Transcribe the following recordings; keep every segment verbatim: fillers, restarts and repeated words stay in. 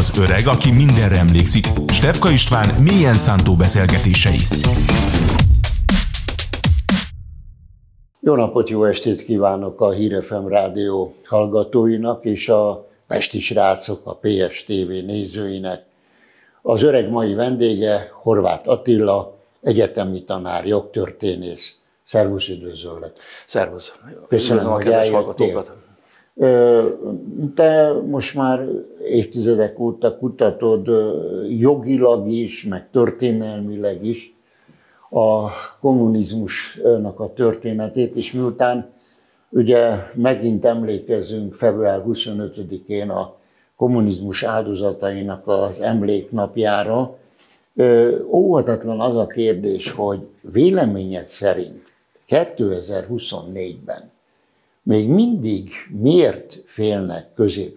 Az öreg, aki mindenre emlékszik. Stefka István mélyen szántó beszélgetései. Jó napot, jó estét kívánok a Hír ef em rádió hallgatóinak és a Pesti srácok, a pé es té vé nézőinek. Az öreg mai vendége Horváth Attila, egyetemi tanár, jogtörténész. Szervusz, üdvözöllek! Szervusz! Köszönöm, hogy eljöttél. Te most már évtizedek óta kutatod jogilag is, meg történelmileg is a kommunizmusnak a történetét, és miután ugye megint emlékezünk február huszonötödikén a kommunizmus áldozatainak az emléknapjára, óhatatlan az a kérdés, hogy véleményed szerint kétezer-huszonnégyben még mindig miért félnek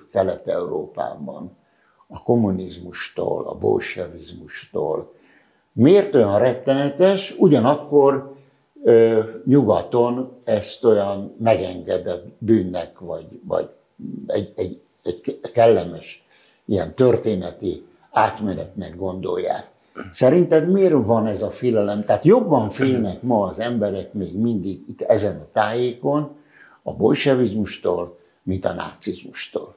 Közép-Kelet-Európában a kommunizmustól, a bolsevizmustól? Miért olyan rettenetes, ugyanakkor ö, nyugaton ezt olyan megengedett bűnnek, vagy, vagy egy, egy, egy kellemes ilyen történeti átmenetnek gondolják? Szerinted miért van ez a félelem? Tehát jobban félnek ma az emberek még mindig itt ezen a tájékon a bolsevizmustól, mint a nácizmustól.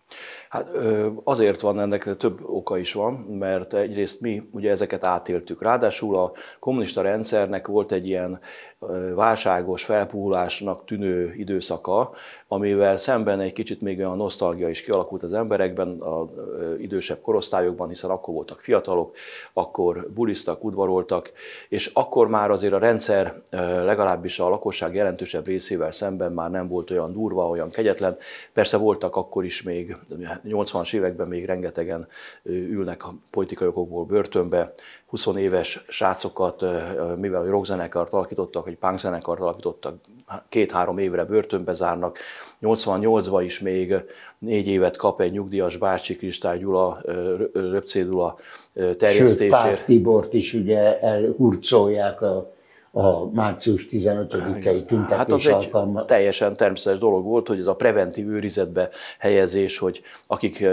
Hát azért van, ennek több oka is van, mert egyrészt mi ugye ezeket átéltük. Ráadásul a kommunista rendszernek volt egy ilyen válságos, felpuhulásnak tűnő időszaka, amivel szemben egy kicsit még olyan nosztalgia is kialakult az emberekben, az idősebb korosztályokban, hiszen akkor voltak fiatalok, akkor buliztak, udvaroltak, és akkor már azért a rendszer legalábbis a lakosság jelentősebb részével szemben már nem volt olyan durva, olyan kegyetlen. Persze voltak akkor is még, nyolcvanas években még rengetegen ülnek a politikai okokból börtönbe, húsz éves srácokat, mivel rockzenekart alakítottak, vagy punkzenekart alakítottak, két-három évre börtönbe zárnak. nyolcvannyolcban is még négy évet kap egy nyugdíjas bácsi, Kristály Gyula, röpcédula terjesztésért. Sőt, Pák Tibort is ugye elhurcolják a a március tizenötödikei tüntetés hát az alkalma. Egy teljesen természetes dolog volt, hogy ez a preventív őrizetbe helyezés, hogy akik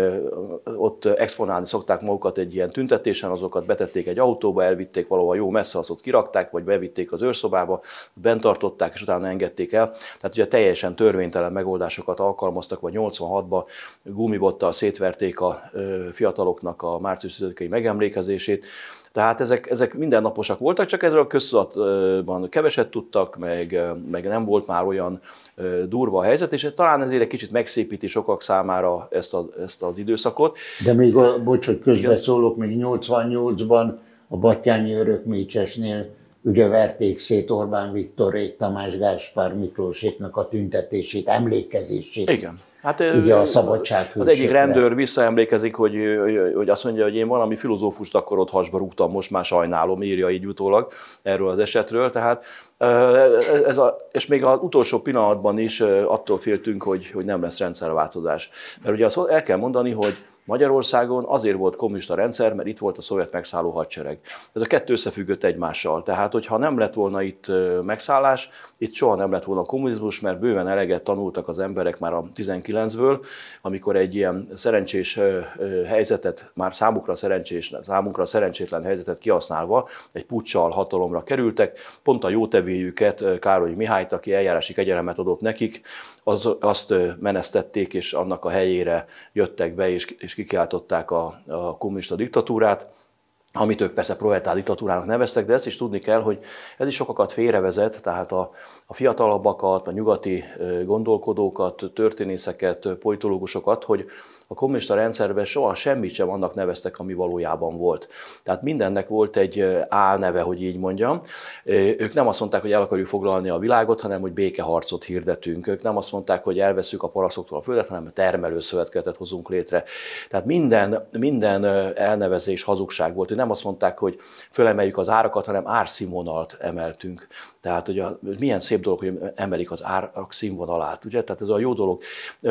ott exponálni szokták magukat egy ilyen tüntetésen, azokat betették egy autóba, elvitték valahol jó messze, azt ott kirakták, vagy bevitték az őrszobába, bent tartották, és utána engedték el. Tehát ugye teljesen törvénytelen megoldásokat alkalmaztak, vagy nyolcvanhatban gumibottal szétverték a fiataloknak a március tizenötödikei megemlékezését. Tehát ezek, ezek mindennaposak voltak, csak ezzel a köztudatban keveset tudtak, meg, meg nem volt már olyan durva a helyzet, és talán ezért egy kicsit megszépíti sokak számára ezt, a, ezt az időszakot. De még, a, bocs, hogy közbeszólok, még nyolcvannyolcban a Batthyáni Örökmécsesnél ugye verték szét Orbán Viktorék, Tamás Gáspár Miklóséknak a tüntetését, emlékezését. Igen. Hát, ugye a szabadsághősökre. Az egyik rendőr visszaemlékezik, hogy, hogy azt mondja, hogy én valami filozófust akkor ott hasba rúgtam, most már sajnálom, írja így utólag erről az esetről. Tehát ez a, és még az utolsó pillanatban is attól féltünk, hogy, hogy nem lesz rendszerváltozás. Mert ugye azt el kell mondani, hogy Magyarországon azért volt kommunista rendszer, mert itt volt a szovjet megszálló hadsereg. Ez a kettő összefüggött egymással. Tehát, hogyha nem lett volna itt megszállás, itt soha nem lett volna kommunizmus, mert bőven eleget tanultak az emberek már a tizenkilencből, amikor egy ilyen szerencsés helyzetet, már számukra szerencsés, számunkra szerencsétlen helyzetet kihasználva egy puccsal hatalomra kerültek. Pont a jótevőjüket, Károly Mihályt, aki eljárási kegyelmet adott nekik, az, azt menesztették, és annak a helyére jöttek be, és, és kikiáltották a, a kommunista diktatúrát, amit ők persze proletár diktatúrának neveztek, de ezt is tudni kell, hogy ez is sokakat félrevezet, tehát a, a fiatalabbakat, a nyugati gondolkodókat, történészeket, politológusokat, hogy a kommunista rendszerben soha semmit sem annak neveztek, ami valójában volt. Tehát mindennek volt egy álneve, hogy így mondjam. Ők nem azt mondták, hogy el akarjuk foglalni a világot, hanem hogy békeharcot hirdetünk. Ők nem azt mondták, hogy elveszük a parasztoktól a földet, hanem termelőszövetkezetet hozunk létre. Tehát minden, minden elnevezés hazugság volt. nem azt mondták, hogy fölemeljük az árakat, hanem árszínvonalat emeltünk. Tehát, hogy a, milyen szép dolog, hogy emelik az árak színvonalát, ugye? Tehát ez a jó dolog.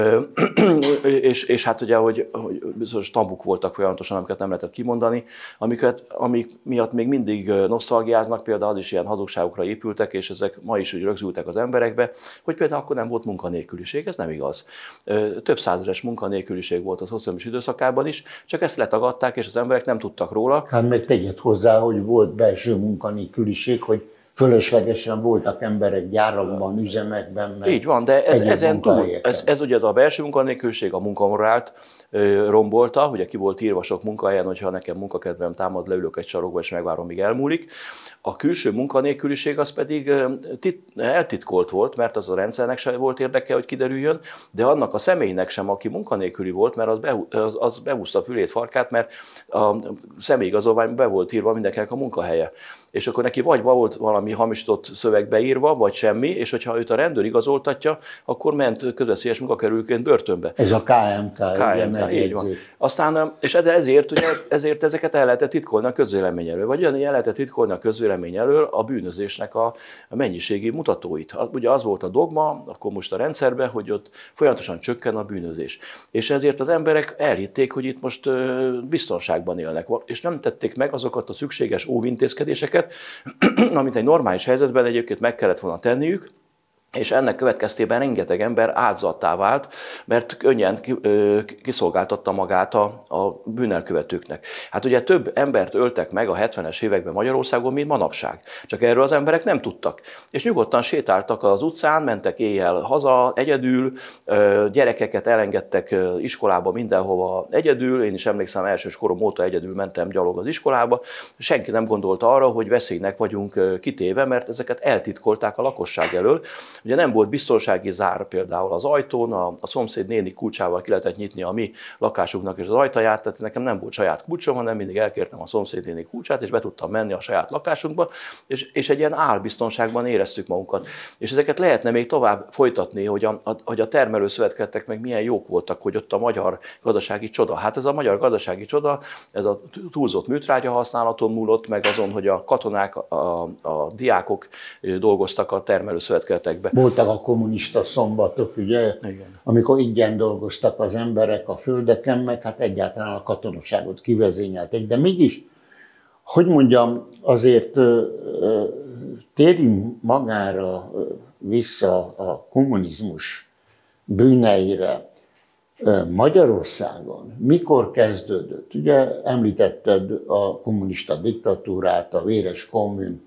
és, és hát ugye, hogy, hogy bizonyos tabuk voltak folyamatosan, amiket nem lehetett kimondani, amiket, amik miatt még mindig nosztalgiáznak, például az is ilyen hazugságokra épültek, és ezek ma is úgy rögzültek az emberekbe, hogy például akkor nem volt munkanélküliség, ez nem igaz. Több százeres munkanélküliség volt a szociális időszakában is, csak ezt letagadták, és az emberek nem tudtak róla. Hát meg tegyed hozzá, hogy volt belső munkanélküliség, hogy fölöslegesen voltak emberek gyárakban, üzemekben. Meg így van, de ez, ezen túl, ez, ez ugye ez a belső munkanélküliség a munkamorált ö, rombolta, ugye ki volt írva sok munkahelyen, hogyha nekem munkakedvem támad, leülök egy sarokba és megvárom, míg elmúlik. A külső munkanélküliség az pedig tit, eltitkolt volt, mert az a rendszernek sem volt érdeke, hogy kiderüljön, de annak a személynek sem, aki munkanélküli volt, mert az, behú, az, az behúzta a fülét, farkát, mert a személyigazolványban be volt írva mindenkinek a munkahelye. És akkor neki vagy volt valami hamisított szöveg beírva, vagy semmi, és hogyha őt a rendőr igazoltatja, akkor ment közveszélyes munkakerülőként börtönbe. Ez a ká em ká. ká em ká, így van. Aztán, és ezért, ugye, ezért ezeket el lehetett titkolni a közvélemény elől, vagy olyan el lehetett titkolni a közvélemény elől a bűnözésnek a mennyiségi mutatóit. Ugye az volt a dogma a kommunista rendszerben, hogy ott folyamatosan csökken a bűnözés. És ezért az emberek elhitték, hogy itt most biztonságban élnek, és nem tették meg azokat a szükséges óvintézkedéseket, amit egy normális helyzetben egyébként meg kellett volna tenniük, és ennek következtében rengeteg ember áldozattá vált, mert könnyen kiszolgáltatta magát a, a bűnelkövetőknek. Hát ugye több embert öltek meg a hetvenes években Magyarországon, mint manapság. Csak erről az emberek nem tudtak. És nyugodtan sétáltak az utcán, mentek éjjel haza egyedül, gyerekeket elengedtek iskolába mindenhova egyedül. Én is emlékszem, elsős korom óta egyedül mentem gyalog az iskolába. Senki nem gondolta arra, hogy veszélynek vagyunk kitéve, mert ezeket eltitkolták a lakosság elől. Ugye nem volt biztonsági zár például az ajtón, a, a szomszéd néni kulcsával ki lehetett nyitni a mi lakásunknak és az ajtaját, tehát nekem nem volt saját kulcsom, hanem mindig elkértem a szomszéd néni kulcsát, és be tudtam menni a saját lakásunkba, és, és egy ilyen álbiztonságban éreztük magunkat. És ezeket lehetne még tovább folytatni, hogy a, a, hogy a termelőszövetkezetek meg milyen jók voltak, hogy ott a magyar gazdasági csoda. Hát ez a magyar gazdasági csoda, ez a túlzott műtrágya használaton múlott, meg azon, hogy a katonák, a, a diákok dolgoztak a termelőszövetkezetekben. Voltak a kommunista szombatok, ugye, igen, amikor ingyen dolgoztak az emberek a földeken, meg hát egyáltalán a katonaságot kivezényelték. De mégis, hogy mondjam, azért térjünk magára vissza a kommunizmus bűneire. Magyarországon mikor kezdődött? Ugye említetted a kommunista diktatúrát, a véres kommun.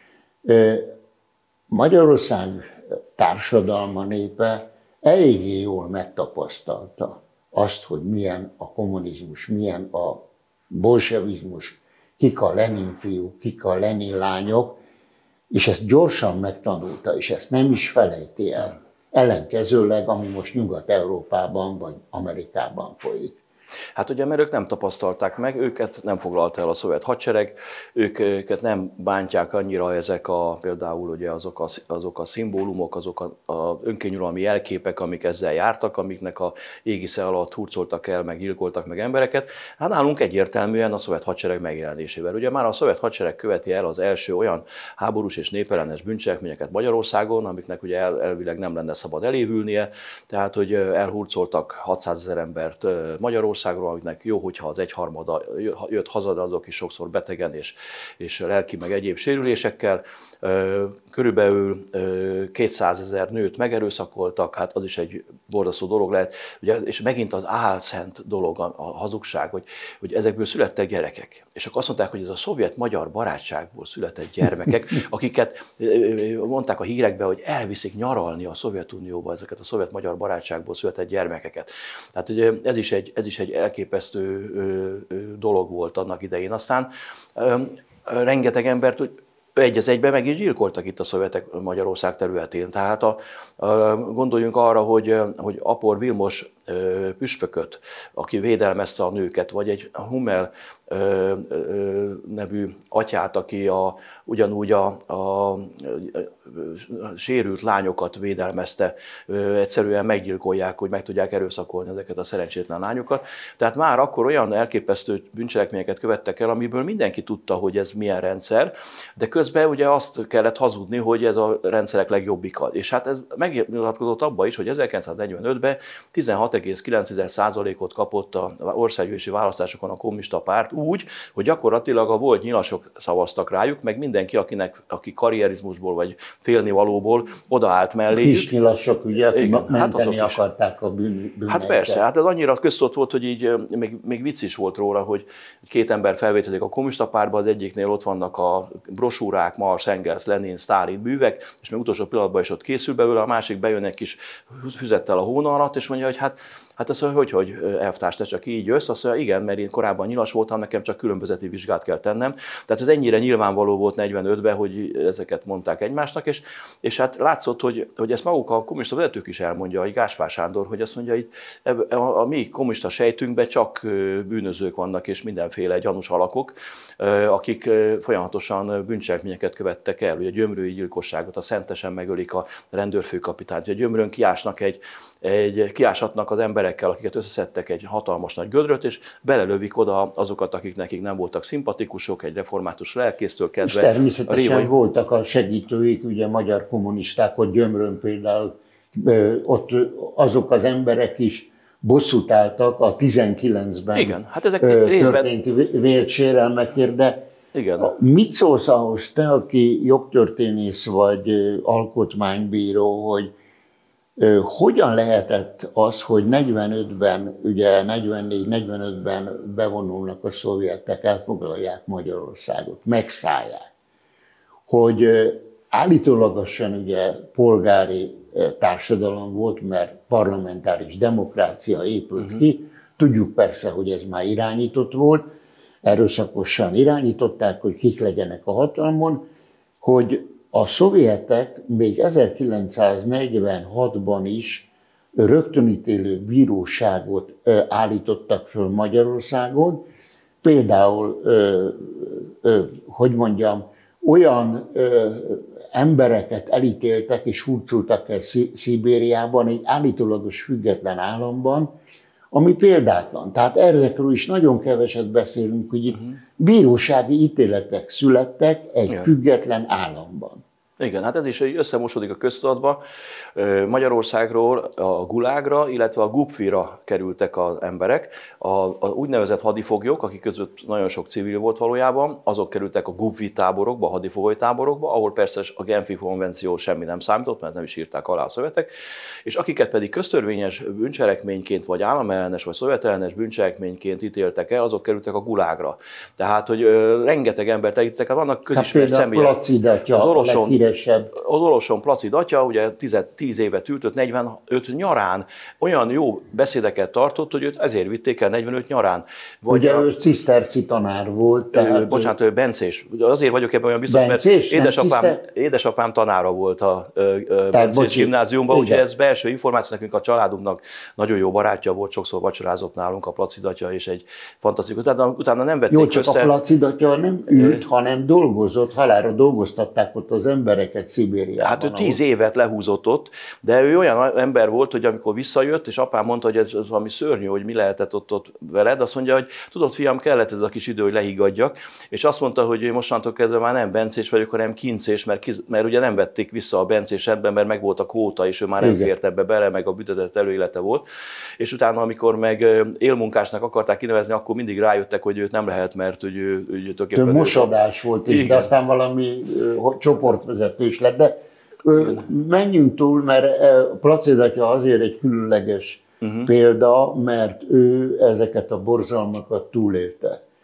Magyarország társadalma, népe eléggé jól megtapasztalta azt, hogy milyen a kommunizmus, milyen a bolsevizmus, kik a Lenin fiúk, kik a Lenin lányok, és ezt gyorsan megtanulta, és ezt nem is felejti el. Ellenkezőleg, ami most Nyugat-Európában vagy Amerikában folyik. Hát ugye, mert ők nem tapasztalták meg, őket nem foglalta el a szovjet hadsereg, ők, őket nem bántják annyira ezek a, például ugye azok a, azok a szimbólumok, azok a, a önkényuralmi jelképek, amik ezzel jártak, amiknek a égisze alatt hurcoltak el, meg gyilkoltak meg embereket. Hát nálunk egyértelműen a szovjet hadsereg megjelenésével. Ugye már a szovjet hadsereg követi el az első olyan háborús és népellenes bűncselekményeket Magyarországon, amiknek ugye el, elvileg nem lenne szabad elévülnie, tehát hogy elhurcoltak hatszázezer embert Magyarországon, amiknek jó, hogyha az egyharmada jött haza, de azok is sokszor betegen és, és lelki meg egyéb sérülésekkel. Körülbelül kétszázezer nőt megerőszakoltak, hát az is egy borzasztó dolog lehet. Ugye, és megint az álszent dolog, a, a hazugság, hogy, hogy ezekből születtek gyerekek. És akkor azt mondták, hogy ez a szovjet-magyar barátságból született gyermekek, akiket mondták a hírekben, hogy elviszik nyaralni a Szovjetunióba ezeket a szovjet-magyar barátságból született gyermekeket. Tehát ugye, ez is egy, ez is egy elképesztő dolog volt annak idején. Aztán rengeteg embert, egy az egyben meg is gyilkoltak itt a szovjetek Magyarország területén. Tehát a, a, gondoljunk arra, hogy, hogy Apor Vilmos püspököt, aki védelmezte a nőket, vagy egy Hummel ö, ö, nevű atyát, aki a, ugyanúgy a, a, a sérült lányokat védelmezte, ö, egyszerűen meggyilkolják, hogy meg tudják erőszakolni ezeket a szerencsétlen lányokat. Tehát már akkor olyan elképesztő bűncselekményeket követtek el, amiből mindenki tudta, hogy ez milyen rendszer, de közben ugye azt kellett hazudni, hogy ez a rendszerek legjobbika. És hát ez megnyilatkozott abban is, hogy ezerkilencszáznegyvenötben tizenhat egész kilenc százalékot kapott az országgyűlési választásokon a kommunista párt úgy, hogy gyakorlatilag a volt nyilasok szavaztak rájuk, meg mindenki, akinek, aki karrierizmusból vagy félnivalóból odaállt mellé. Kis nyilasok, ugye, akik igen, menteni hát akarták a bűn, bűneiket. Hát persze, hát ez annyira köztudott volt, hogy így még, még vicc is volt róla, hogy két ember felvételik a kommunista pártba, az egyiknél ott vannak a brosúrák, Marx, Engels, Lenin, Sztálin művek, és még utolsó pillanatban is ott készül belőle, a másik bejön egy kis füzettel a hóna alatt, és mondja, hogy hát Hát azt mondja, hogy, hogy elvtárs, te csak így jössz? Azt mondja, igen, mert én korábban nyilas voltam, nekem csak különbözeti vizsgát kell tennem. Tehát ez ennyire nyilvánvaló volt negyvenötben, hogy ezeket mondták egymásnak, és, és hát látszott, hogy, hogy ezt maguk a kommunista vezetők is elmondja, hogy Gáspár Sándor, hogy azt mondja, hogy a, a, a mi kommunista sejtünkben csak bűnözők vannak, és mindenféle gyanús alakok, akik folyamatosan bűncselekményeket követtek el. Ugye a gyömrői gyilkosságot, a Szentesen megölik a rendőrfőkapitányt, a Gyömrön kiásnak egy, egy kiásatnak az emberekkel, akiket összeszedtek egy hatalmas nagy gödröt, és belelövik oda azokat, akik nekik nem voltak szimpatikusok, egy református lelkésztől kezdve. És természetesen révai... voltak a segítőik, ugye magyar kommunisták, ott Gyömrön például, ott azok az emberek is bosszút álltak a tizenkilencben igen, hát ezek történt részben... vélt sérelmekért, de igen. Mit szólsz ahhoz te, aki jogtörténész vagy alkotmánybíró, hogy hogyan lehetett az, hogy negyvenötben, ugye negyvennégy negyvenötben bevonulnak a szovjetek, elfoglalják Magyarországot, megszállják, hogy állítólagosan ugye polgári társadalom volt, mert parlamentáris demokrácia épült uh-huh. ki, tudjuk persze, hogy ez már irányított volt, erőszakosan irányították, hogy kik legyenek a hatalmon, hogy a szovjetek még ezerkilencszáznegyvenhatban is rögtönítélő bíróságot állítottak föl Magyarországon. Például, hogy mondjam, olyan embereket elítéltek és hurcoltak el Szibériában egy állítólagos független államban, ami példátlan. Tehát ezekről is nagyon keveset beszélünk, hogy itt bírósági ítéletek születtek egy igen. független államban. Igen, hát ez is összemosódik a köztudatba. Magyarországról a Gulágra, illetve a Gupfira kerültek az emberek. A, a úgynevezett hadifoglyok, akik között nagyon sok civil volt valójában, azok kerültek a Gupfi táborokba, a hadifogoly táborokba, ahol persze a Genfi konvenció semmi nem számított, mert nem is írták alá a szovjetek, és akiket pedig köztörvényes bűncselekményként, vagy államellenes, vagy szovjetellenes bűncselekményként ítéltek el, azok kerültek a Gulágra. Tehát, hogy ö, rengeteg embert elítéltek, hát vannak közismert hát személyek. Placid atya, a leghíresebb. Az Oloson Placid atya, ugye tíz évet ültött, negyvenöt nyarán olyan jó beszédeket tartott, hogy őt ezért vitték el negyvenöt nyarán. Vagy ugye a, ő ciszterci tanár volt. Tehát ő, bocsánat, ő bencés. Azért vagyok ebben olyan biztos, bencés, mert édesapám, édesapám tanára volt a, a bencés gimnáziumban, úgyhogy ez belső információ, nekünk a családunknak nagyon jó barátja volt, sokszor vacsorázott nálunk a Placid atya, és egy fantasztikus. Utána, utána nem vették jó, csak össze. A Placid atya nem ült, hanem dolgozott, halálra dolgoztatták ott az embereket Szibériában. Hát ő tíz évet lehúzott ott, de ő olyan ember volt, hogy amikor visszajött, és apám mondta, hogy ez valami szörnyű, hogy mi lehetett ott, ott veled, azt mondja, hogy tudod, fiam, kellett ez a kis idő, hogy lehiggadjak, és azt mondta, hogy mostantól kezdve már nem bencés vagyok, hanem kincés, mert, kiz, mert ugye nem vették vissza a bencés rendben, mert meg volt a kvóta, és ő már nem fért ebbe bele, meg a büntetett előélete volt. És utána, amikor meg élmunkásnak akarták kinevezni, akkor mindig rájöttek, hogy őt nem lehet, mert hogy ő, ő tulajdonképpen... Mosodás volt is, de aztán valami uh, csoportvezető is lett, de uh, menjünk túl, mert uh, Placid atya azért egy különleges uh-huh. példa, mert ő ezeket a borzalmakat túlélte.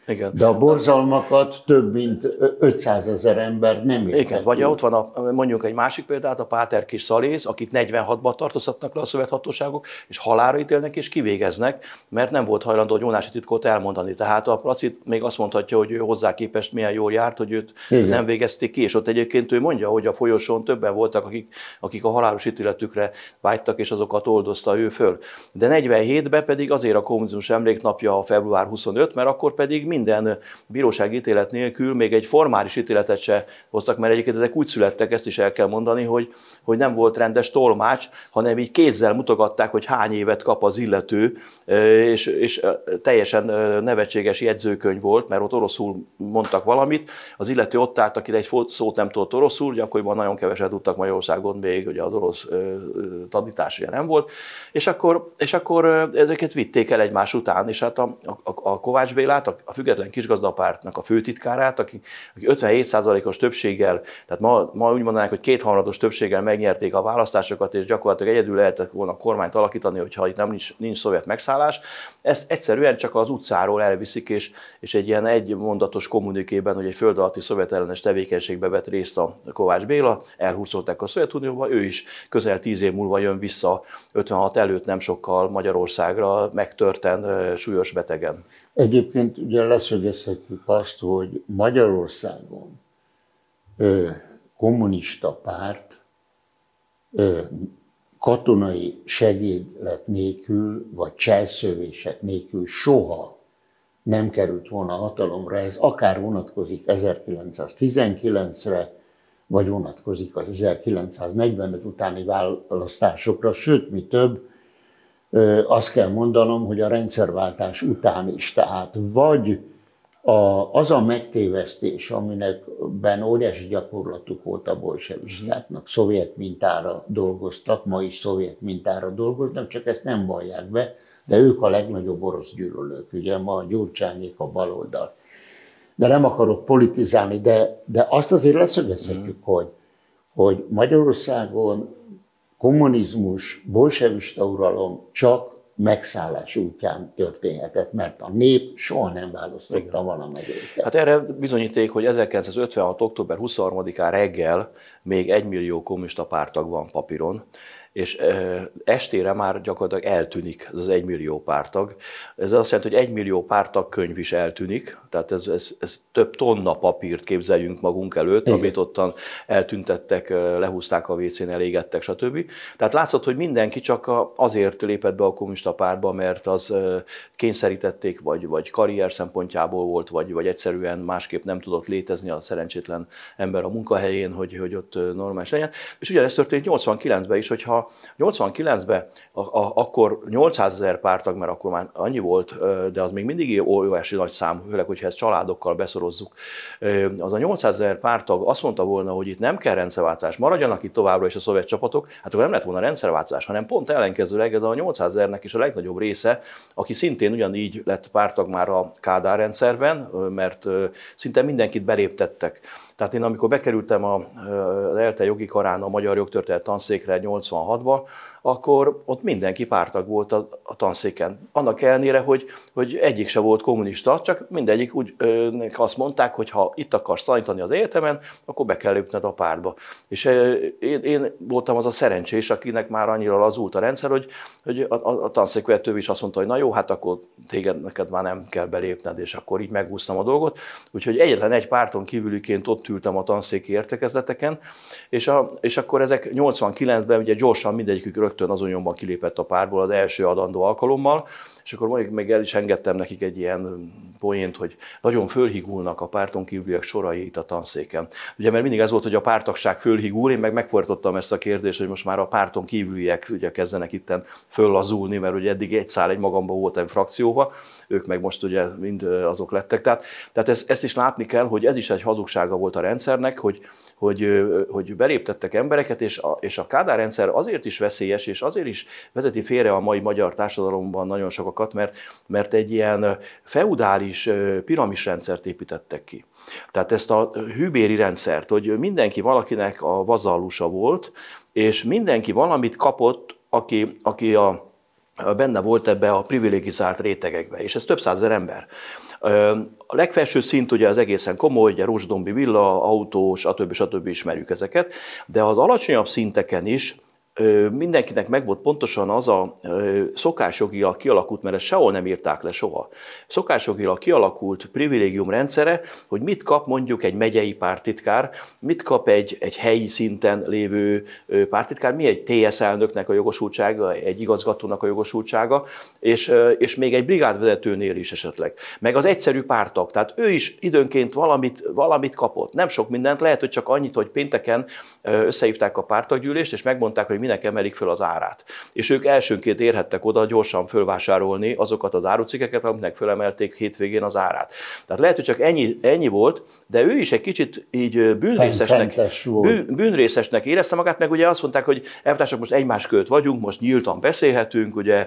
Igen. De a borzalmakat több mint ötszázezer ember nem értett. Igen, vagy ott van a, mondjuk egy másik példát, a Páter Kis Szaléz, akit negyvenhatban tartóztatnak le a szovjet hatóságok, és halálra ítélnek és kivégeznek, mert nem volt hajlandó a nyomlási titkot elmondani. Tehát a Laci még azt mondhatja, hogy ő hozzá képest milyen jól járt, hogy őt Igen. nem végezték ki, és ott egyébként ő mondja, hogy a folyosón többen voltak, akik, akik a halálos ítéletükre vágytak, és azokat oldozta ő föl. De negyvenhétben pedig azért a kommunizmus emléknapja a február huszonötödike, mert akkor pedig minden bírósági ítélet nélkül még egy formális ítéletet se hoztak, mert egyébként ezek úgy születtek, ezt is el kell mondani, hogy, hogy nem volt rendes tolmács, hanem így kézzel mutogatták, hogy hány évet kap az illető, és, és teljesen nevetséges jegyzőkönyv volt, mert ott oroszul mondtak valamit, az illető ott állt, aki egy szót nem tudott oroszul, gyakoriban nagyon kevesen tudtak Magyarországon még, ugye az orosz tanítás nem volt, és akkor, és akkor ezeket vitték el egymás után, és hát a, a, a Kovács Bélát, a Független Kisgazdapártnak a főtitkárát, aki, aki ötvenhét százalékos többséggel, tehát ma, ma úgy mondanánk, hogy kétharmados többséggel megnyerték a választásokat, és gyakorlatilag egyedül lehetett volna kormányt alakítani, hogyha itt nem nincs, nincs szovjet megszállás. Ezt egyszerűen csak az utcáról elviszik, és, és egy ilyen egymondatos kommunikében, hogy egy föld alatti szovjet ellenes tevékenységbe vett részt a Kovács Béla, elhurcolták a Szovjetunióba, ő is közel tíz év múlva jön vissza, ötvenhat előtt nem sokkal Magyarországra, megtörten, súlyos betegen. Egyébként ugye leszögezhetjük azt, hogy Magyarországon ö, kommunista párt ö, katonai segédlet nélkül, vagy cselszövések nélkül soha nem került volna hatalomra. Ez akár vonatkozik ezerkilencszáztizenkilencre, vagy vonatkozik az ezerkilencszáznegyvenöt utáni választásokra, sőt, mi több, azt kell mondanom, hogy a rendszerváltás után is, tehát vagy a, az a megtévesztés, aminekben óriási gyakorlatuk volt a bolsevistáknak, szovjet mintára dolgoztak, ma is szovjet mintára dolgoznak, csak ezt nem vallják be, de ők a legnagyobb orosz gyűlölők, ugye ma a Gyurcsányék a baloldal. De nem akarok politizálni, de, de azt azért leszögezhetjük, mm. hogy, hogy Magyarországon kommunizmus, bolsevista uralom csak megszállás útján történhetett, mert a nép soha nem választotta valamelyikket. Hát erre bizonyíték, hogy ezerkilencszázötvenhat. október huszonharmadikán reggel még egymillió kommunista párttag van papíron, és estére már gyakorlatilag eltűnik ez az egymillió párttag. Ez azt jelenti, hogy egymillió párttag könyv is eltűnik, tehát ez, ez, ez több tonna papírt képzeljünk magunk előtt, Igen. amit ottan eltüntettek, lehúzták a vécén, elégettek, stb. Tehát látszott, hogy mindenki csak azért lépett be a kommunista pártba, mert az kényszerítették, vagy, vagy karrier szempontjából volt, vagy, vagy egyszerűen másképp nem tudott létezni a szerencsétlen ember a munkahelyén, hogy, hogy ott normális legyen. És ugyanezt történt nyolcvankilencben is, hogyha nyolcvankilencben a, a, akkor nyolcszázezer pártag, mert akkor már annyi volt, de az még mindig óriási nagy szám, főleg, hogyha ezt családokkal beszorozzuk. Az a nyolcszázezer pártag azt mondta volna, hogy itt nem kell rendszerváltás, maradjanak itt továbbra is a szovjet csapatok, hát akkor nem lett volna rendszerváltás, hanem pont ellenkezőleg ez a nyolcszázezernek is a legnagyobb része, aki szintén ugyanígy lett pártag már a Kádár rendszerben, mert szinte mindenkit beléptettek. Tehát én amikor bekerültem az ELTE jogi karán a Magyar Jogtörténet tanszékre nyolcvanhatban, akkor ott mindenki pártag volt a, a tanszéken. Annak ellenére, hogy, hogy egyik se volt kommunista, csak mindegyik úgy ö, azt mondták, hogy ha itt akarsz tanítani az egyetemen, akkor be kell lépned a pártba. És ö, én, én voltam az a szerencsés, akinek már annyira lazult a rendszer, hogy, hogy a, a, a tanszékvezető is azt mondta, hogy na jó, hát akkor téged, neked már nem kell belépned, és akkor így megúsztam a dolgot. Úgyhogy egyetlen egy párton kívüliként ott ültem a tanszéki értekezleteken, és, a, és akkor ezek nyolcvankilencben ugye gyorsan mindegyikük rögtön azon nyomban kilépett a pártból az első adandó alkalommal, és akkor még, még el is engedtem nekik egy ilyen poént, hogy nagyon fölhigulnak a párton kívüliek sorai itt a tanszéken. Ugye, mert mindig ez volt, hogy a pártagság fölhigul, én meg megfordítottam ezt a kérdést, hogy most már a párton kívüliek ugye kezdenek itten föllazulni, mert ugye eddig egy szál egy magamba volt egy frakcióba, ők meg most ugye mind azok lettek. Tehát, tehát ezt, ezt is látni kell, hogy ez is egy hazugsága volt a rendszernek, hogy, hogy, hogy beléptettek embereket, és a, és a Kádár rendszer azért is veszélyes, és azért is vezeti félre a mai magyar társadalomban nagyon sokakat, mert, mert egy ilyen feudális piramisrendszert építettek ki. Tehát ezt a hűbéri rendszert, hogy mindenki valakinek a vazallusa volt, és mindenki valamit kapott, aki, aki a benne volt ebbe a privilegizált rétegekbe, és ez több százezer ember. A legfelső szint ugye az egészen komoly, ugye Rózsadombi villa, autó, stb. stb. Ismerjük ezeket, de az alacsonyabb szinteken is mindenkinek megvolt pontosan az a szokásjogilag kialakult, mert ezt sehol nem írták le soha, szokásjogilag kialakult privilégium rendszere, hogy mit kap mondjuk egy megyei párttitkár, mit kap egy, egy helyi szinten lévő párttitkár, mi egy té es elnöknek a jogosultsága, egy igazgatónak a jogosultsága, és, és még egy brigádvezetőnél is esetleg. Meg az egyszerű párttag, tehát ő is időnként valamit, valamit kapott. Nem sok mindent, lehet, hogy csak annyit, hogy pénteken összehívták a párttaggyűlést, és megmondták, hogy minek emelik föl az árát. És ők elsőnként érhettek oda gyorsan fölvásárolni azokat az árucikkeket, amiknek fölemelték hétvégén az árát. Tehát lehet, hogy csak ennyi, ennyi volt, de ő is egy kicsit így bűnrészesnek, bűn, bűnrészesnek érezte magát, meg ugye azt mondták, hogy elvtársak, most egymás közt vagyunk, most nyíltan beszélhetünk, ugye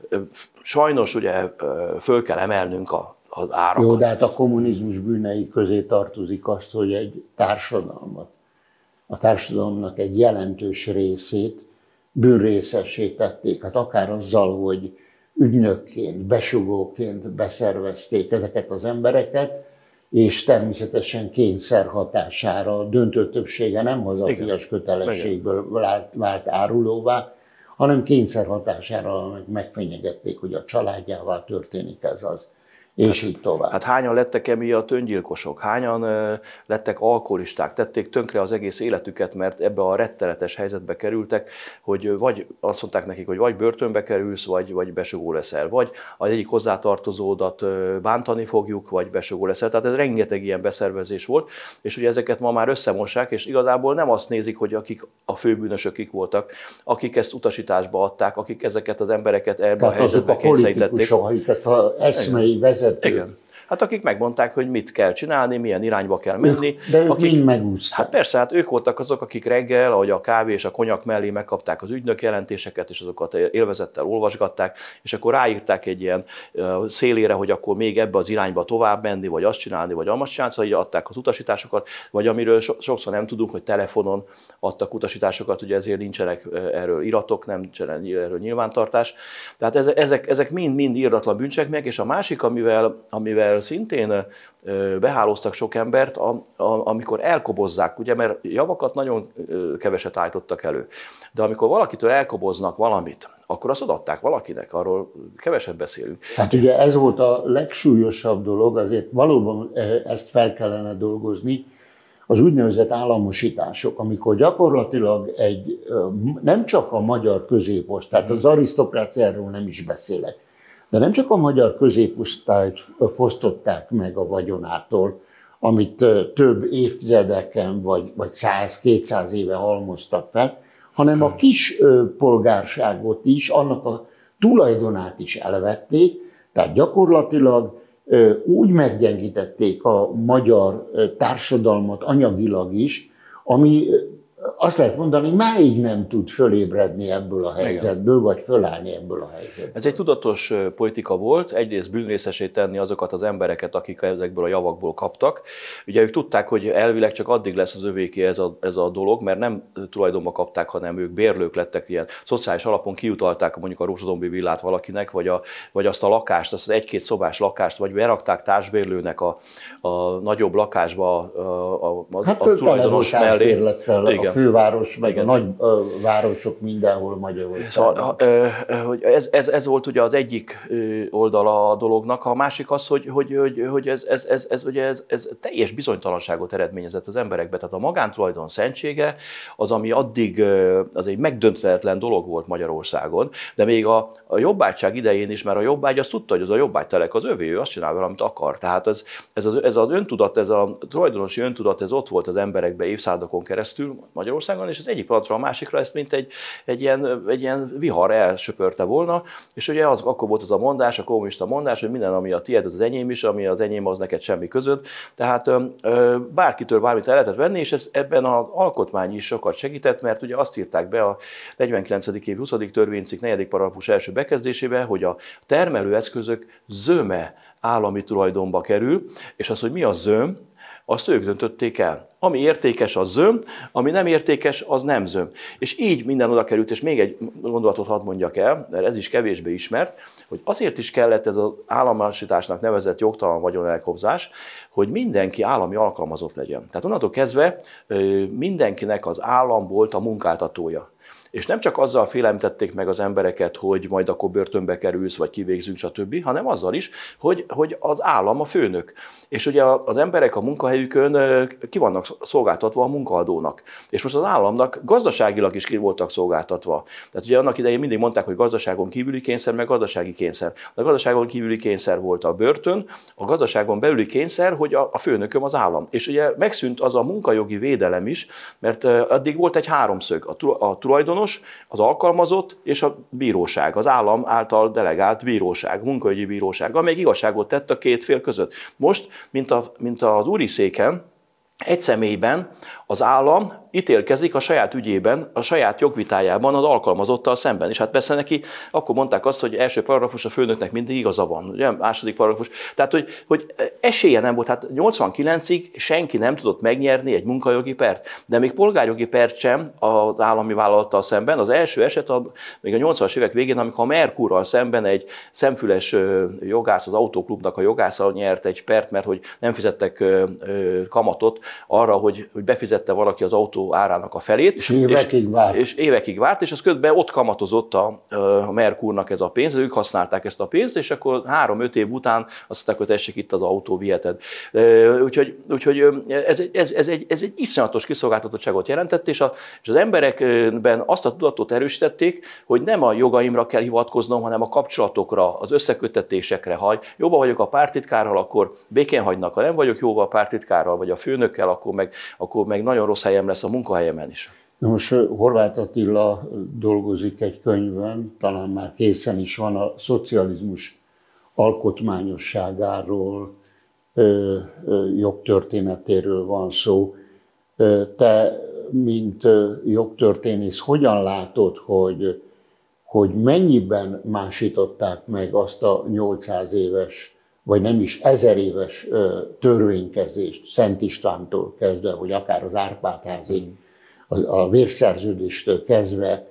sajnos ugye föl kell emelnünk a az árakat. Jó, de hát a kommunizmus bűnei közé tartozik azt, hogy egy társadalmat, a társadalomnak egy jelentős részét bűnrészessé tették, hát akár azzal, hogy ügynökként, besugóként beszervezték ezeket az embereket, és természetesen kényszer hatására a döntő többsége nem hazafias kötelességből vált, vált árulóvá, hanem kényszer hatására megfenyegették, hogy a családjával történik ez az. És így tovább. Hát hányan lettek emiatt öngyilkosok, hányan lettek alkoholisták, tették tönkre az egész életüket, mert ebbe a rettenetes helyzetbe kerültek, hogy vagy azt mondták nekik, hogy vagy börtönbe kerülsz, vagy, vagy besugó leszel, vagy az egyik hozzátartozódat bántani fogjuk, vagy besugó leszel. Tehát ez rengeteg ilyen beszervezés volt, és ugye ezeket ma már összemossák, és igazából nem azt nézik, hogy akik a főbűnösök kik voltak, akik ezt utasításba adták, akik ezeket az embereket ebbe Tehát a helyzetbe kényszerítették. politikusok, akik ezt az eszmei vezetők. Igen. Hát akik megmondták, hogy mit kell csinálni, milyen irányba kell menni. De ők akik, mind megúszták. Hát persze, hát ők voltak azok, akik reggel, ahogy a kávé és a konyak mellé megkapták az ügynök jelentéseket, és azokat élvezettel olvasgatták, és akkor ráírták egy ilyen szélére, hogy akkor még ebbe az irányba tovább menni, vagy azt csinálni, vagy azt csinálni, szóval így adták az utasításokat, vagy amiről sokszor nem tudunk, hogy telefonon adtak utasításokat, ugye ezért nincsenek erről iratok, nem nincsen erről nyilvántartás. Tehát ezek, ezek mind-mind írdatlan bűncselekmények, és a másik, amivel, amivel szintén behálóztak sok embert, a, a, amikor elkobozzák, ugye, mert javakat nagyon keveset állítottak elő. De amikor valakitől elkoboznak valamit, akkor azt odaadták valakinek, arról keveset beszélünk. Hát ugye ez volt a legsúlyosabb dolog, azért valóban ezt fel kellene dolgozni, az úgynevezett államosítások, amikor gyakorlatilag egy, nem csak a magyar középosztály, tehát az arisztokráciáról nem is beszélek, de nem csak a magyar középosztályt fosztották meg a vagyonától, amit több évtizedeken vagy, vagy száz-kétszáz éve halmoztak fel, hanem a kis polgárságot is, annak a tulajdonát is elvették, tehát gyakorlatilag úgy meggyengítették a magyar társadalmat anyagilag is, ami azt lehet mondani, máig nem tud fölébredni ebből a helyzetből, igen, vagy fölállni ebből a helyzetből. Ez egy tudatos politika volt, egyrészt bűnrészessé tenni azokat az embereket, akik ezekből a javakból kaptak. Ugye ők tudták, hogy elvileg csak addig lesz az övéké ez a, ez a dolog, mert nem tulajdonba kapták, hanem ők bérlők lettek, ilyen szociális alapon kiutalták mondjuk a Rózsadombi villát valakinek, vagy, a, vagy azt a lakást, azt az egy-két szobás lakást, vagy berakták társbérlőnek a, a nagyobb lakásba a, a, a, hát a tulajdonos mellé. A főváros, meg igen, a nagy ö, városok mindenhol Magyarországon. Szóval, ez, ez, ez volt ugye az egyik oldala a dolognak, a másik az, hogy, hogy, hogy, hogy ez, ez, ez, ez, ugye ez, ez teljes bizonytalanságot eredményezett az emberekbe. Tehát a magántulajdon szentsége az, ami addig az egy megdönthetetlen dolog volt Magyarországon, de még a, a jobbágyság idején is, mert a jobbágy azt tudta, hogy az a jobbágytelek az övé, ő azt csinál vele, amit akar. Tehát ez, ez, az, ez az öntudat, ez a tulajdonosi öntudat, ez ott volt az emberekbe évszázadokon keresztül Magyarországon, és az egyik pillanatra a másikra ezt mint egy, egy, ilyen, egy ilyen vihar elsöpörte volna, és ugye az, akkor volt az a mondás, a kommunista mondás, hogy minden, ami a tiéd, az az enyém is, ami az enyém, az neked semmi között. Tehát ö, bárkitől bármit el lehetett venni, és ez, ebben az alkotmány is sokat segített, mert ugye azt írták be a negyvenkilencedik év huszadik törvénycikk negyedik paragrafus első bekezdésébe, hogy a termelőeszközök zöme állami tulajdonba kerül, és az, hogy mi a zöm, azt ők döntötték el. Ami értékes, az zöm, ami nem értékes, az nem zöm. És így minden oda került, és még egy gondolatot hadd mondjak el, mert ez is kevésbé ismert, hogy azért is kellett ez az államosításnak nevezett jogtalan vagyonelkobzás, hogy mindenki állami alkalmazott legyen. Tehát onnantól kezdve mindenkinek az állam volt a munkáltatója. És nem csak azzal félemtették meg az embereket, hogy majd akkor börtönbe kerülsz, vagy kivégzünk, stb., hanem azzal is, hogy, hogy az állam a főnök. És ugye az emberek a munkahelyükön ki vannak szolgáltatva a munkaadónak. És most az államnak gazdaságilag is ki voltak szolgáltatva. Tehát ugye annak idején mindig mondták, hogy gazdaságon kívüli kényszer, meg gazdasági kényszer. A gazdaságon kívüli kényszer volt a börtön, a gazdaságon belüli kényszer, hogy a, a főnököm az állam. És ugye megszűnt az a munkajogi védelem is, mert addig volt egy háromszög, a tulajdonos, az alkalmazott és a bíróság, az állam által delegált bíróság, munkaügyi bíróság, amelyik igazságot tett a két fél között. Most, mint, a, mint az úri széken, egy személyben az állam ítélkezik a saját ügyében, a saját jogvitájában az alkalmazottal szemben. És hát persze neki akkor mondták azt, hogy első paragrafus a főnöknek mindig igaza van, ugye? Második paragrafus. Tehát, hogy, hogy esélye nem volt. Hát nyolcvankilencig senki nem tudott megnyerni egy munkajogi pert, de még polgárjogi pert sem az állami vállalattal szemben. Az első eset a, még a nyolcvanas évek végén, amikor a Merkurral szemben egy szemfüles jogász, az autóklubnak a jogásza nyert egy pert, mert hogy nem fizettek kamatot arra, hogy, hogy befizette valaki az autó árának a felét. És évekig és, várt. És évekig várt, és az közben ott kamatozott a, a Merkurnak ez a pénz, ők használták ezt a pénzt, és akkor három-öt év után azt mondták, hogy tessék, itt az autó, viheted. Úgyhogy, úgyhogy ez, ez, ez, egy, ez egy iszonyatos kiszolgáltatottságot jelentett, és, a, és az emberekben azt a tudatot erősítették, hogy nem a jogaimra kell hivatkoznom, hanem a kapcsolatokra, az összeköttetésekre. Ha jobban vagyok a pártitkárral, akkor békén hagynak, ha nem vagyok jóban a pártitkárral, vagy a főnökkel, akkor meg, akkor meg nagyon rossz helyem lesz a munkahelyemen is. Na most Horváth Attila dolgozik egy könyvön, talán már készen is van, a szocializmus alkotmányosságáról, jogtörténetéről van szó. Te, mint jogtörténész, hogyan látod, hogy, hogy mennyiben másították meg azt a nyolcszáz éves, vagy nem is ezer éves törvénykezést Szent Istvántól kezdve, vagy akár az Árpád-házig, a vérszerződéstől kezdve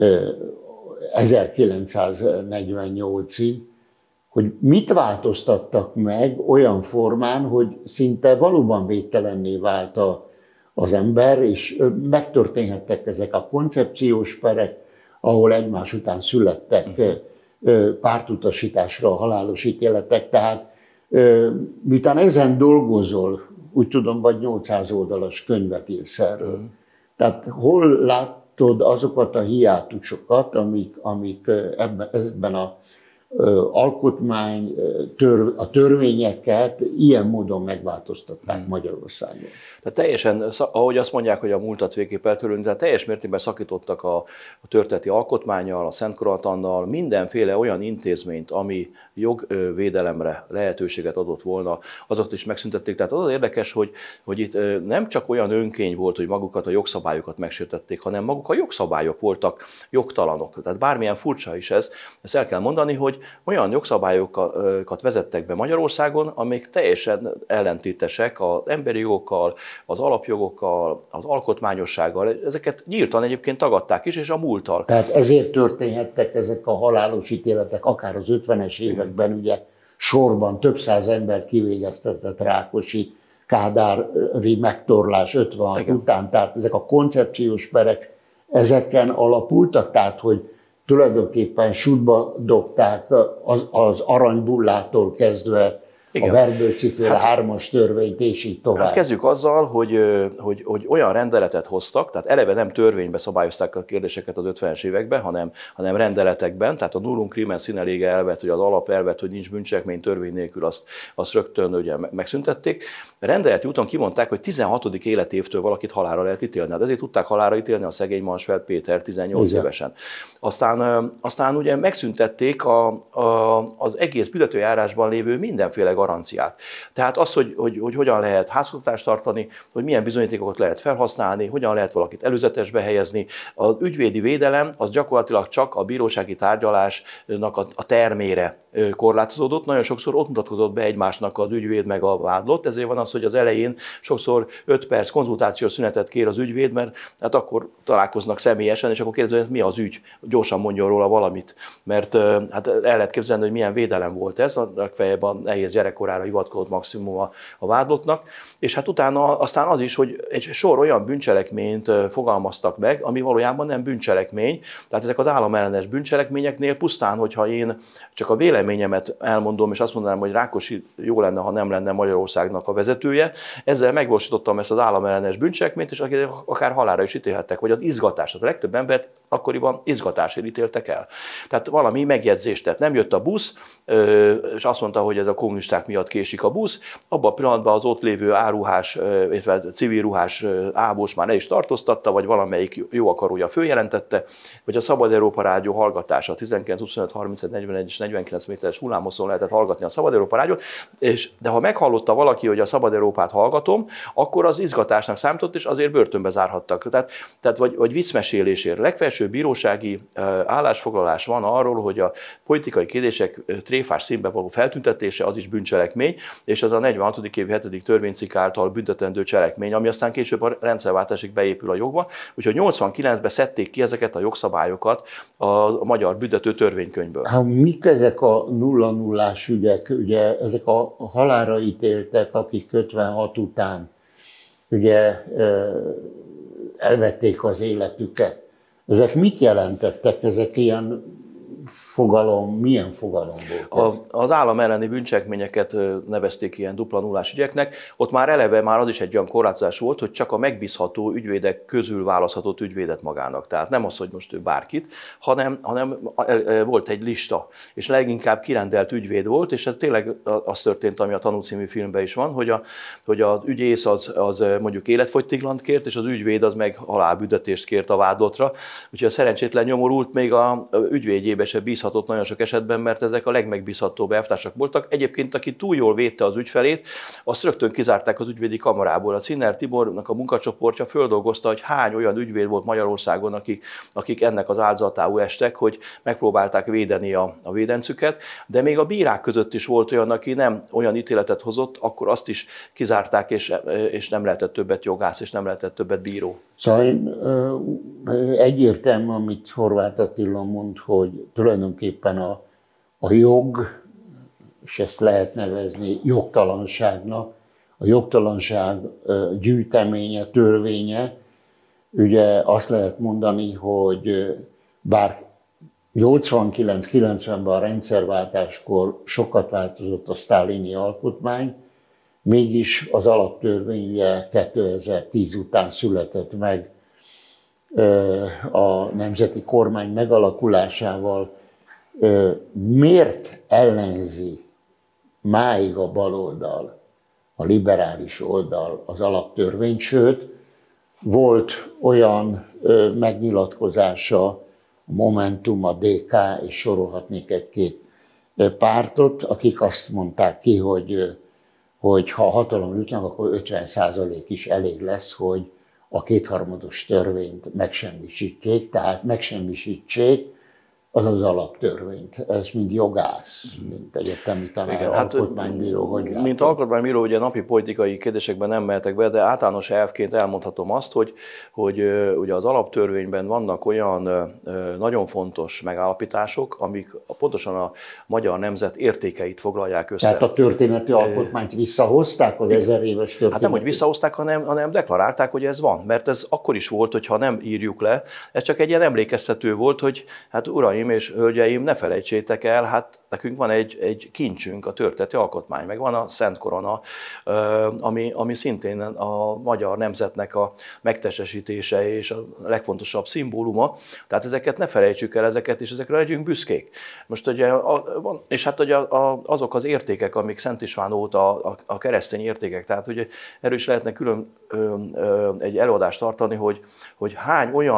ezerkilencszáznegyvennyolcig, hogy mit változtattak meg olyan formán, hogy szinte valóban védtelenné vált a, az ember, és megtörténhettek ezek a koncepciós perek, ahol egymás után születtek pártutasításra a halálos ítéletek. Tehát miután ezen dolgozol, úgy tudom, vagy nyolcszáz oldalas könyvet írsz erről. Mm. Tehát hol látod azokat a hiátusokat, amik, amik ebben, ebben a alkotmány, tör, a törvényeket ilyen módon megváltoztatták hmm. Magyarországon. Tehát teljesen, ahogy azt mondják, hogy a múltat végképp eltörölni, tehát teljes mértékben szakítottak a, a történeti alkotmánnyal, a Szent Koratannal, mindenféle olyan intézményt, ami jogvédelemre lehetőséget adott volna, azokat is megszüntették. Tehát az az érdekes, hogy, hogy itt nem csak olyan önkény volt, hogy magukat a jogszabályokat megsértették, hanem maguk a jogszabályok voltak jogtalanok. Tehát bármilyen furcsa is ez, ezt el kell mondani, hogy olyan jogszabályokat vezettek be Magyarországon, amik teljesen ellentétesek az emberi jogokkal, az alapjogokkal, az alkotmányossággal. Ezeket nyíltan egyébként tagadták is, és a múlttal. Tehát ezért történhettek ezek a halálos ítéletek, akár az ötvenes években, ugye sorban több száz embert kivégeztetett Rákosi, kádári megtorlás ötvenhat Igen. után. Tehát ezek a koncepciós perek ezeken alapultak, tehát hogy tulajdonképpen sútba dobták az, az aranybullától kezdve Igen. a Verbőci-féle hát, hármas törvényt, és így tovább. Hát kezdjük azzal, hogy, hogy, hogy olyan rendeletet hoztak, tehát eleve nem törvénybe szabályozták a kérdéseket az ötvenes években, hanem, hanem rendeletekben, tehát a nullum crimen sine lege elvet, hogy az alapelvet, hogy nincs bűncselekmény törvény nélkül, azt, azt rögtön ugye megszüntették. Rendeleti úton kimondták, hogy tizenhatodik életévtől valakit halálra lehet ítélni. Hát ezért tudták halálra ítélni a szegény Mansfeld Péter tizennyolc Igen. évesen. Aztán, aztán ugye megszüntették a, a, az egész büntetőjárásban lévő mindenféle garanciát. Tehát az, hogy, hogy, hogy hogyan lehet házkutatást tartani, hogy milyen bizonyítékokat lehet felhasználni, hogyan lehet valakit előzetesbe helyezni. Az ügyvédi védelem az gyakorlatilag csak a bírósági tárgyalásnak a, a termére korlátozódott. Nagyon sokszor ott mutatkozott be egymásnak az ügyvéd meg a vádlott, ezért van az, hogy az elején sokszor öt perc konzultációs szünetet kér az ügyvéd, mert hát akkor találkoznak személyesen, és akkor kérdezik, hogy mi az ügy, gyorsan mondjon róla valamit. Mert hát el lehet képzelni, hogy milyen védelem volt ez, a legfeljebb a nehéz gyerekkorára hivatkozott maximum a, a vádlottnak, és hát utána aztán az is, hogy egy sor olyan bűncselekményt fogalmaztak meg, ami valójában nem bűncselekmény, tehát ezek az államellenes bűncselekményeknél pusztán, hogyha én csak a véleményemet elmondom, és azt mondanám, hogy Rákosi jó lenne, ha nem lenne Magyarországnak a vezetője, ezzel megvalósítottam ezt az államellenes bűncselekményt, és akár halálra is ítélhettek, vagy az izgatás. A legtöbb embert akkoriban izgatásért ítéltek el. Tehát valami megjegyzést tett. Nem jött a busz, és azt mondta, hogy ez a kommunisták miatt késik a busz. Abban a pillanatban az ott lévő áruhás, illetve civil ruhás ábos már ne is tartóztatta, vagy valamelyik jó akarója följelentette, vagy a Szabad Európa Rádió hallgatása, tizenkilenc, huszonöt, harminc, negyvenegy és negyvenkilenc méteres hullámoszon lehetett hallgatni a Szabad Európa Rádiót, és de ha meghallotta valaki, hogy a Szabad Európát hallgatom, akkor az izgatásnak számított, és azért börtönbe zárhattak. Tehát, tehát vagy, vagy viccmesélésért. Legfelsőbb bírósági állásfoglalás van arról, hogy a politikai kérdések tréfás színben való feltüntetése az is bűncselekmény, és az a negyvenhatodik évi hetedik törvénycikk által büntetendő cselekmény, ami aztán később a rendszerváltásig beépül a jogba. Úgyhogy nyolcvankilencben szedték ki ezeket a jogszabályokat a magyar büntető törvénykönyvből. Hát mik ezek a nulla nullás ügyek, ugye ezek a halálra ítéltek, akik ötvenhat után ugye elvették az életüket. Ezek mit jelentettek? Ezek ilyen fogalom, milyen fogalom volt? Az állam elleni bűncselekményeket nevezték ilyen dupla nullás ügyeknek. Ott már eleve már az is egy olyan korlátozás volt, hogy csak a megbízható ügyvédek közül választhatott ügyvédet magának. Tehát nem az, hogy most ő bárkit, hanem, hanem volt egy lista, és leginkább kirendelt ügyvéd volt, és tényleg az történt, ami a Tanú című filmben is van, hogy, a, hogy az ügyész az, az mondjuk életfogytiglant kért, és az ügyvéd az meg halálbüntetést kért a vádlottra. Úgyhogy a szerencsétlen nyomorult még a ügyvédjébe se bízhatott nagyon sok esetben, mert ezek a legmegbízhatóbb elvtársak voltak. Egyébként, aki túl jól védte az ügyfelét, azt rögtön kizárták az ügyvédi kamarából. A Cziner Tibornak a munkacsoportja földolgozta, hogy hány olyan ügyvéd volt Magyarországon, akik, akik ennek az áldozatául estek, hogy megpróbálták védeni a, a védencüket, de még a bírák között is volt olyan, aki nem olyan ítéletet hozott, akkor azt is kizárták, és, és nem lehetett többet jogász, és nem lehetett többet bíró. Szóval én, egyértelmű, amit Horváth Attila mond, hogy tulajdonképpen a, a jog, és ezt lehet nevezni jogtalanságnak, a jogtalanság gyűjteménye, törvénye, ugye azt lehet mondani, hogy bár nyolcvankilenc-kilencvenben a rendszerváltáskor sokat változott a sztálini alkotmány, mégis az alaptörvény ugye kétezer-tíz után született meg a nemzeti kormány megalakulásával. Miért ellenzi máig a baloldal, a liberális oldal az alaptörvényt, sőt, volt olyan megnyilatkozása, a Momentum, a dé ká, és sorolhatnék egy-két pártot, akik azt mondták ki, hogy hogy ha hatalomra jutnak, akkor ötven százalék is elég lesz, hogy a kétharmados törvényt megsemmisítsék, tehát megsemmisítsék az az alaptörvényt. Ez mind jogász, mint egyetemi tanár, igen, alkotmánybíró, hogy látom. Mint alkotmánybíró, ugye napi politikai kérdésekben nem mehetek be, de általános elvként elmondhatom azt, hogy, hogy ugye az alaptörvényben vannak olyan nagyon fontos megállapítások, amik pontosan a magyar nemzet értékeit foglalják össze. Tehát a történeti alkotmányt visszahozták, az ezer éves történeti? Hát nem, hogy visszahozták, hanem, hanem deklarálták, hogy ez van. Mert ez akkor is volt, hogyha nem írjuk le. Ez csak egy ilyen emlékeztető volt, hogy hát uraim és hölgyeim, ne felejtsétek el, hát nekünk van egy, egy kincsünk, a történeti alkotmány, meg van a Szent Korona, ami, ami szintén a magyar nemzetnek a megtestesítése és a legfontosabb szimbóluma. Tehát ezeket ne felejtsük el, ezeket, és ezekre legyünk büszkék. Most ugye, és hát ugye azok az értékek, amik Szent István óta a, a keresztény értékek, tehát ugye erről is lehetne külön egy előadást tartani, hogy, hogy hány olyan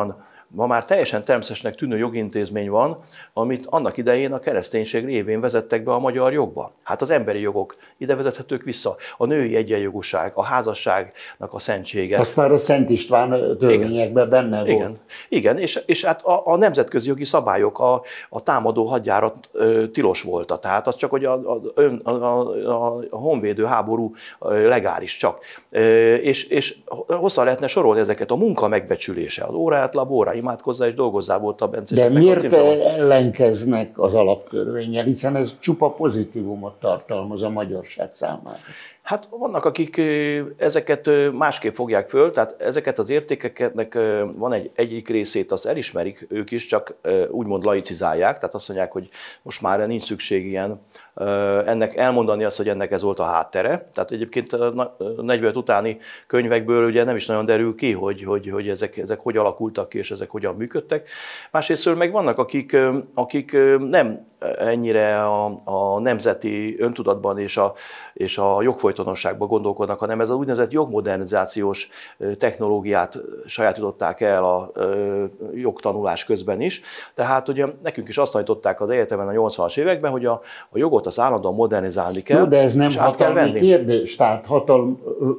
ma már teljesen természetesnek tűnő jogintézmény van, amit annak idején a kereszténység révén vezettek be a magyar jogba. Hát az emberi jogok ide vezethetők vissza. A női egyenjogúság, a házasságnak a szentsége. Azt már a Szent István törvényekben benne volt. Igen, Igen. és, és hát a, a nemzetközi jogi szabályok, a, a támadó hadjárat ö, tilos volt. Tehát az csak, hogy a, a, a, a, a honvédő háború ö, legális csak. Ö, és, és hosszan lehetne sorolni ezeket. A munka megbecsülése, az órát labóra, imádkozzá és dolgozzá volt a Benceseknek. De miért ellenkeznek az alaptörvénnyel, hiszen ez csupa pozitívumot tartalmaz a magyarság számára? Hát vannak, akik ezeket másképp fogják föl, tehát ezeket az értékeknek van egy egyik részét, azt elismerik ők is, csak úgymond laicizálják, tehát azt mondják, hogy most már nincs szükség ilyen, ennek elmondani azt, hogy ennek ez volt a háttere. Tehát egyébként a negyvenöt utáni könyvekből ugye nem is nagyon derül ki, hogy, hogy, hogy ezek, ezek hogy alakultak ki, és ezek hogyan működtek. Másrésztről meg vannak, akik, akik nem ennyire a, a nemzeti öntudatban és a, és a jogfolytonosságban gondolkodnak, hanem ez az úgynevezett jogmodernizációs technológiát sajátították el a jogtanulás közben is. Tehát ugye nekünk is azt tanították az egyetemen a nyolcvanas években, hogy a, a jogot az állandóan modernizálni kell. Jó, de ez nem és át kell hatalmi venni. kérdés, tehát hatal,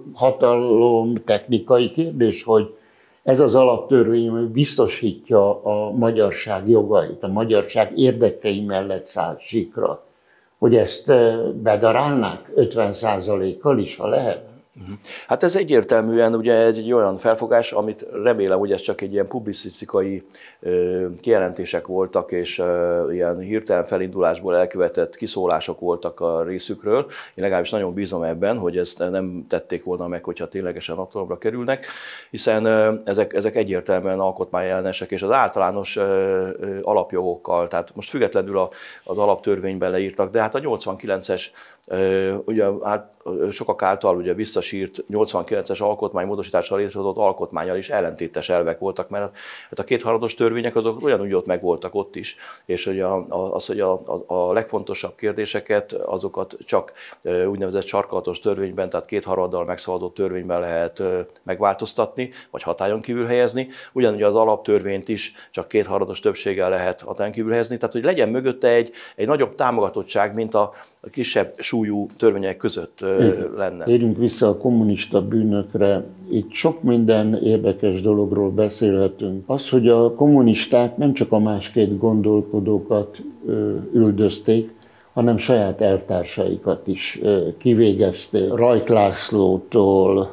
hatalom technikai kérdés, hogy ez az alaptörvény biztosítja a magyarság jogait, a magyarság érdekei mellett száll síkra, hogy ezt bedarálnák ötven százalékkal is, ha lehet. Hát ez egyértelműen ugye ez egy olyan felfogás, amit remélem, hogy ez csak egy ilyen publicisztikai kijelentések voltak, és ilyen hirtelen felindulásból elkövetett kiszólások voltak a részükről. Én legalábbis nagyon bízom ebben, hogy ezt nem tették volna meg, hogyha ténylegesen hatalomra kerülnek, hiszen ezek, ezek egyértelműen alkotmányellenesek, és az általános alapjogokkal, tehát most függetlenül az alaptörvényben leírtak, de hát a nyolcvankilences, ugye sokak által ugye visszasírt nyolcvankilences alkotmánymódosítással létrehozott alkotmánnyal is ellentétes elvek voltak, mert hát a kétharmados törvények azok ugyanúgy ott megvoltak ott is, és hogy a, az, hogy a, a, a legfontosabb kérdéseket, azokat csak úgynevezett sarkalatos törvényben, tehát kétharmaddal megszavazott törvényben lehet megváltoztatni, vagy hatályon kívül helyezni. Ugyanúgy az alaptörvényt is csak kétharmados többséggel lehet hatályon kívül helyezni, tehát hogy legyen mögötte egy, egy nagyobb támogatottság, mint a kisebb súlyú törvények között lenne. Térjünk vissza a kommunista bűnökre. Itt sok minden érdekes dologról beszélhetünk. Az, hogy a kommunisták nem csak a másként gondolkodókat üldözték, hanem saját elvtársaikat is kivégezték. Rajk Lászlótól,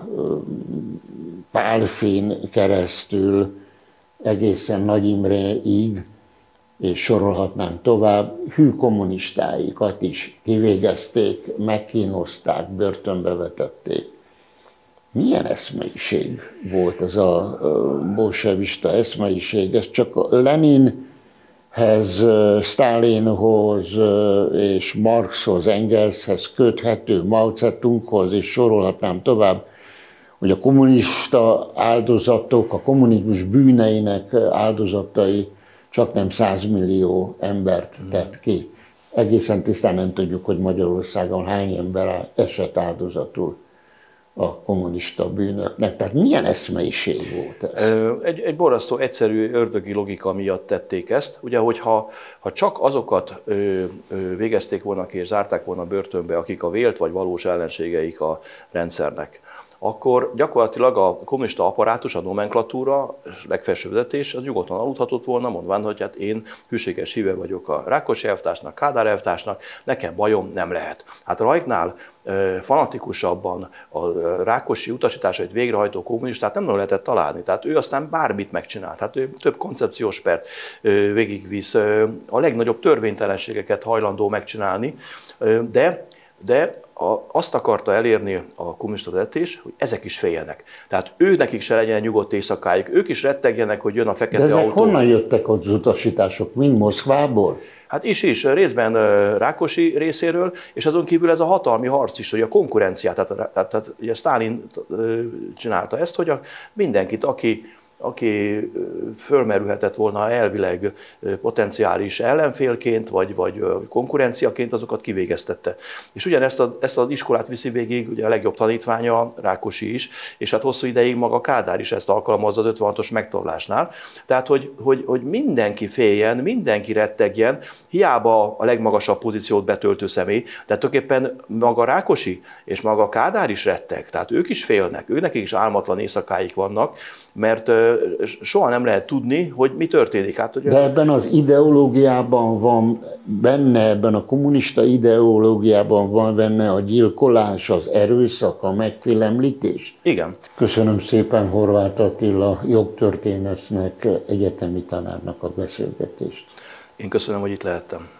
Pál Finn keresztül, egészen Nagy Imréig, és sorolhatnám tovább, hű kommunistáikat is kivégezték, megkínozták, börtönbe vetették. Milyen eszmeiség volt ez a bolsevista eszmeiség? Ez csak Leninhez, Sztálinhoz és Marxhoz, Engelshez köthető, Mao Zedonghoz, és sorolhatnám tovább, hogy a kommunista áldozatok, a kommunizmus bűneinek áldozatai csak nem százmillió embert tett ki. Egészen tisztán nem tudjuk, hogy Magyarországon hány ember esett áldozatul a kommunista bűnöknek. Tehát milyen eszmeiség volt ez? Egy, egy borzasztó egyszerű ördögi logika miatt tették ezt. Ugye, hogyha ha csak azokat ö, ö, végezték volna ki és zárták volna börtönbe, akik a vélt vagy valós ellenségeik a rendszernek, akkor gyakorlatilag a kommunista apparátus, a nomenklatúra, legfelsőbb vezetés, az nyugodtan aludhatott volna, mondván, hogy hát én hűséges híve vagyok a Rákosi elvtársnak, Kádár elvtársnak, nekem bajom nem lehet. Hát Rajknál fanatikusabban a Rákosi utasításait végrehajtó kommunistát nem nagyon lehetett találni. Tehát ő aztán bármit megcsinált. Hát ő több koncepciós pert végigvisz, a legnagyobb törvénytelenségeket hajlandó megcsinálni, de de a, azt akarta elérni a kommunista vezetés, hogy ezek is féljenek. Tehát ő nekik se legyen nyugodt éjszakájuk, ők is rettegjenek, hogy jön a fekete autó. De ezek autó. honnan jöttek az utasítások? Mind Moszkvából? Hát is is, részben Rákosi részéről, és azon kívül ez a hatalmi harc is, hogy a konkurenciát, tehát, tehát, tehát ugye Sztálin csinálta ezt, hogy a, mindenkit, aki aki fölmerülhetett volna elvileg potenciális ellenfélként, vagy, vagy konkurenciaként, azokat kivégeztette. És ugyanezt a, ezt az iskolát viszi végig ugye a legjobb tanítványa, Rákosi is, és hát hosszú ideig maga Kádár is ezt alkalmazza az ötvenhatos megtorlásnál. Tehát, hogy, hogy, hogy mindenki féljen, mindenki rettegjen, hiába a legmagasabb pozíciót betöltő személy, de tulajdonképpen maga Rákosi és maga Kádár is retteg, tehát ők is félnek, ők nekik is álmatlan éjszakáik vannak, mert soha nem lehet tudni, hogy mi történik. Hát, hogy de ebben az ideológiában van benne, ebben a kommunista ideológiában van benne a gyilkolás, az erőszak, a megfélemlítés? Igen. Köszönöm szépen Horváth Attila jogtörténésznek, egyetemi tanárnak a beszélgetést. Én köszönöm, hogy itt lehettem.